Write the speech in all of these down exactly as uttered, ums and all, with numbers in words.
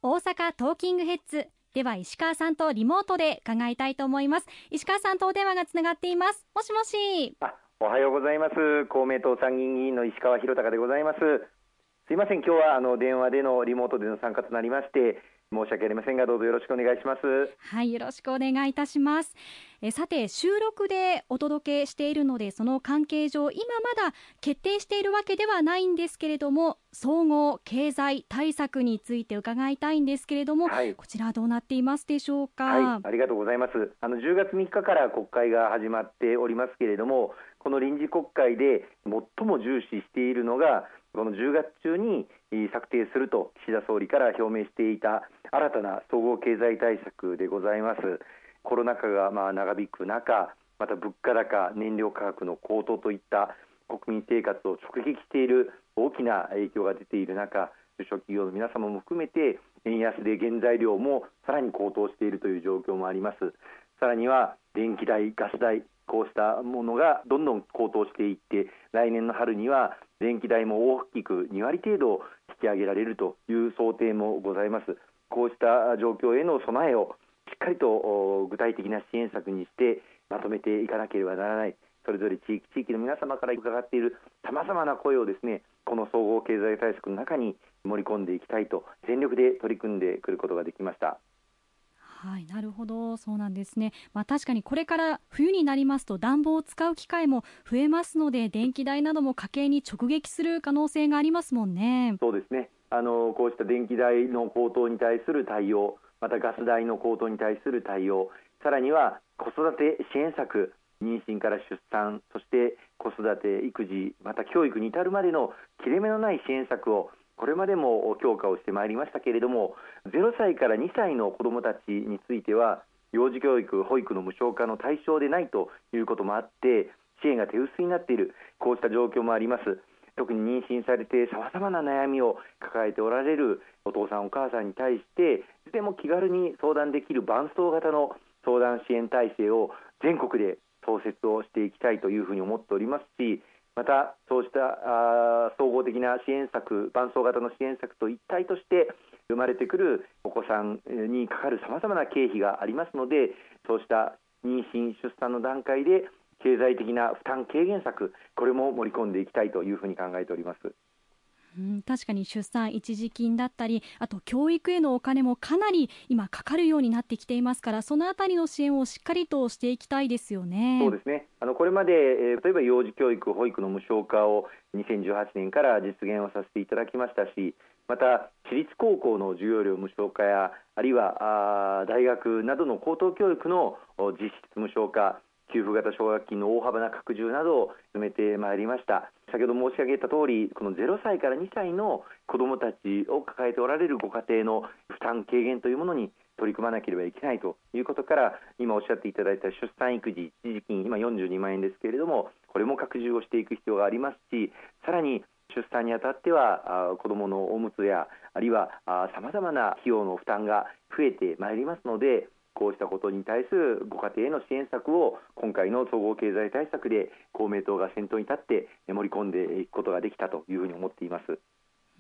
大阪トーキングヘッズでは石川さんとリモートで伺いたいと思います。石川さんとお電話がつながっています。もしもし。 あ、おはようございます。公明党参議院議員の石川博隆でございます。すいません、今日はあの電話でのリモートでの参加となりまして申し訳ありませんが、どうぞよろしくお願いします。 はい、よろしくお願いいたします。えさて、収録でお届けしているので、その関係上今まだ決定しているわけではないんですけれども、総合経済対策について伺いたいんですけれども、はい、こちらどうなっていますでしょうか。 はい、ありがとうございます。あのじゅうがつみっかから国会が始まっておりますけれども、この臨時国会で最も重視しているのがこのじゅうがつ中に策定すると岸田総理から表明していた新たな総合経済対策でございます。コロナ禍がまあ長引く中、また物価高、燃料価格の高騰といった国民生活を直撃している大きな影響が出ている中、中小企業の皆様も含めて円安で原材料もさらに高騰しているという状況もあります。さらには電気代、ガス代、こうしたものがどんどん高騰していって、来年の春には電気代も大きくにわり程度引き上げられるという想定もございます。こうした状況への備えをしっかりと具体的な支援策にしてまとめていかなければならない。それぞれ地域地域の皆様から伺っているさまざまな声をですね、この総合経済対策の中に盛り込んでいきたいと全力で取り組んでくることができました。 はい、なるほど、そうなんですね。まあ、確かにこれから冬になりますと暖房を使う機会も増えますので、電気代なども家計に直撃する可能性がありますもんね。 そうですね。あのこうした電気代の高騰に対する対応、またガス代の高騰に対する対応、さらには子育て支援策、妊娠から出産、そして子育て育児、また教育に至るまでの切れ目のない支援策をこれまでも強化をしてまいりましたけれども、ゼロさいからにさいの子どもたちについては幼児教育、保育の無償化の対象でないということもあって支援が手薄になっている、こうした状況もあります。特に妊娠されてさまざまな悩みを抱えておられるお父さんお母さんに対していつでも気軽に相談できる伴走型の相談支援体制を全国で創設をしていきたいというふうに思っておりますし、またそうした総合的な支援策、伴走型の支援策と一体として生まれてくるお子さんにかかるさまざまな経費がありますので、そうした妊娠出産の段階で経済的な負担軽減策、これも盛り込んでいきたいというふうに考えております。 うん、確かに出産一時金だったり、あと教育へのお金もかなり今かかるようになってきていますから、そのあたりの支援をしっかりとしていきたいですよね。 そうですね。あのこれまで、えー、例えば幼児教育、保育の無償化をにせんじゅうはちねんから実現をさせていただきましたし、また私立高校の授業料無償化や、あるいはあ大学などの高等教育の実質無償化、給付型奨学金の大幅な拡充などを進めてまいりました。先ほど申し上げた通り、このゼロさいからにさいの子どもたちを抱えておられるご家庭の負担軽減というものに取り組まなければいけないということから、今おっしゃっていただいた出産育児一時金、今よんじゅうにまんえんですけれども、これも拡充をしていく必要がありますし、さらに出産にあたっては子どものおむつや、あるいはさまざまな費用の負担が増えてまいりますので、こうしたことに対するご家庭への支援策を今回の総合経済対策で公明党が先頭に立って盛り込んでいくことができたというふうに思っています。 うん、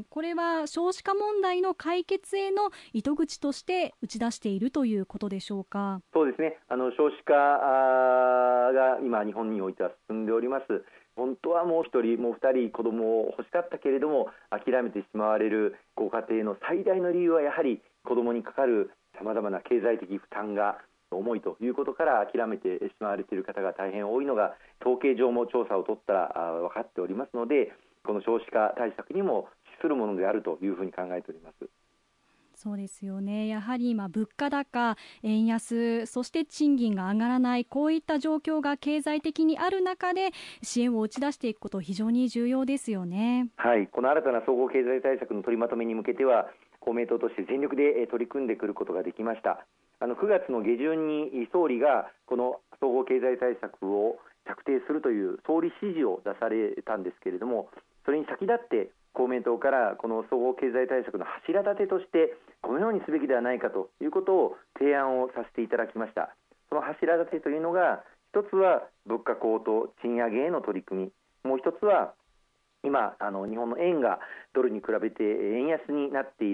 これは少子化問題の解決への糸口として打ち出しているということでしょうか。 そうですね。あの少子化が今日本においては進んでおります。本当はもう一人もう二人子どもを欲しかったけれども諦めてしまわれるご家庭の最大の理由はやはり子どもにかかるさまざまな経済的負担が重いということから諦めてしまわれている方が大変多いのが統計上も調査を取ったら分かっておりますので、この少子化対策にも資するものであるというふうに考えております。 そうですよね。やはり今物価高、円安、そして賃金が上がらない、こういった状況が経済的にある中で支援を打ち出していくこと非常に重要ですよね。 はい、この新たな総合経済対策の取りまとめに向けては公明党として全力で取り組んでくることができました。あのくがつの下旬に総理がこの総合経済対策を策定するという総理指示を出されたんですけれども、それに先立って公明党からこの総合経済対策の柱立てとしてこのようにすべきではないかということを提案をさせていただきました。その柱立てというのが、一つは物価高騰賃上げへの取り組み、もう一つは今あの日本の円がドルに比べて円安になっている、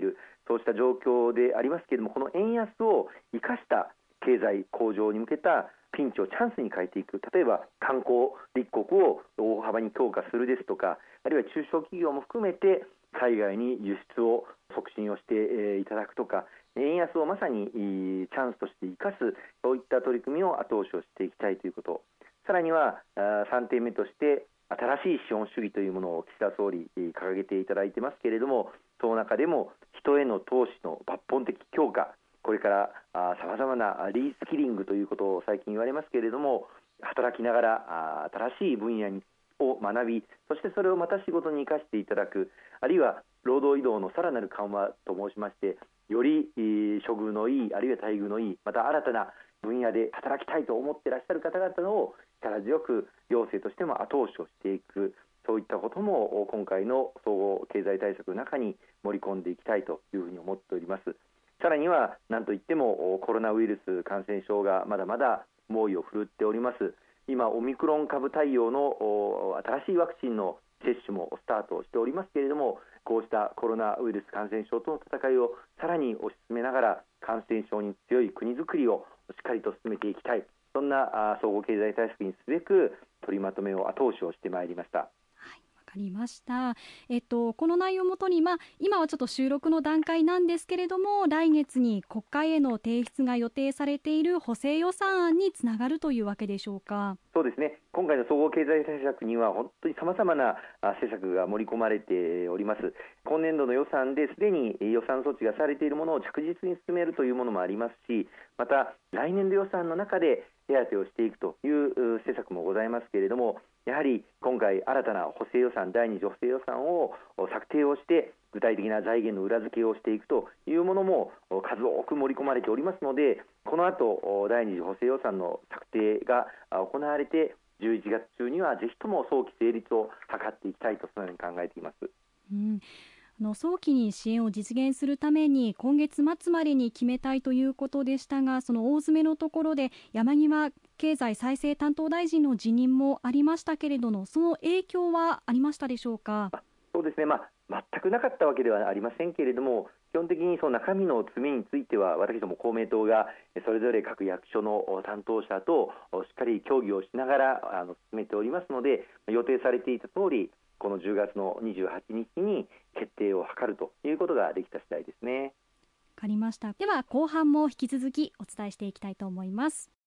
そうした状況でありますけれども、この円安を生かした経済向上に向けたピンチをチャンスに変えていく、例えば観光立国を大幅に強化するですとか、あるいは中小企業も含めて海外に輸出を促進をしていただくとか、円安をまさにチャンスとして生かす、そういった取り組みを後押しをしていきたいということ、さらにはさんてんめとして新しい資本主義というものを岸田総理掲げていただいていますけれども、その中でも人への投資の抜本的強化、これからさまざまなリスキリングということを最近言われますけれども、働きながら新しい分野を学び、そしてそれをまた仕事に生かしていただく、あるいは労働移動のさらなる緩和と申しまして、より処遇のいい、あるいは待遇のいい、また新たな分野で働きたいと思っていらっしゃる方々を力強く行政としても後押しをしていく、そういったことも今回の総合経済対策の中に盛り込んでいきたいというふうに思っております。さらには何といってもコロナウイルス感染症がまだまだ猛威を振るっております。今オミクロン株対応の新しいワクチンの接種もスタートしておりますけれども、こうしたコロナウイルス感染症との戦いをさらに推し進めながら、感染症に強い国づくりをしっかりと進めていきたい、そんな総合経済対策にすべく取りまとめを後押しをしてまいりました。 わかりました。えっと、この内容をもとに、まあ、今はちょっと収録の段階なんですけれども、来月に国会への提出が予定されている補正予算案につながるというわけでしょうか。 そうですね、今回の総合経済対策には本当にさまざまな施策が盛り込まれております。今年度の予算ですでに予算措置がされているものを着実に進めるというものもありますし、また来年度予算の中で手当てをしていくという施策もございますけれども、やはり今回新たな補正予算、だいに次補正予算を策定をして具体的な財源の裏付けをしていくというものも数多く盛り込まれておりますので、この後だいに次補正予算の策定が行われてじゅういちがつ中にはぜひとも早期成立を図っていきたいと、そのように考えています。 うん、あの早期に支援を実現するために今月末までに決めたいということでしたが、その大詰めのところで山際経済再生担当大臣の辞任もありましたけれども、その影響はありましたでしょうか。 そうですね、まあ、全くなかったわけではありませんけれども、基本的にその中身の詰めについては私ども公明党がそれぞれ各役所の担当者としっかり協議をしながらあの進めておりますので、予定されていた通りこのじゅうがつのにじゅうはちにちに決定を図るということができた次第ですね。 わかりました。では後半も引き続きお伝えしていきたいと思います。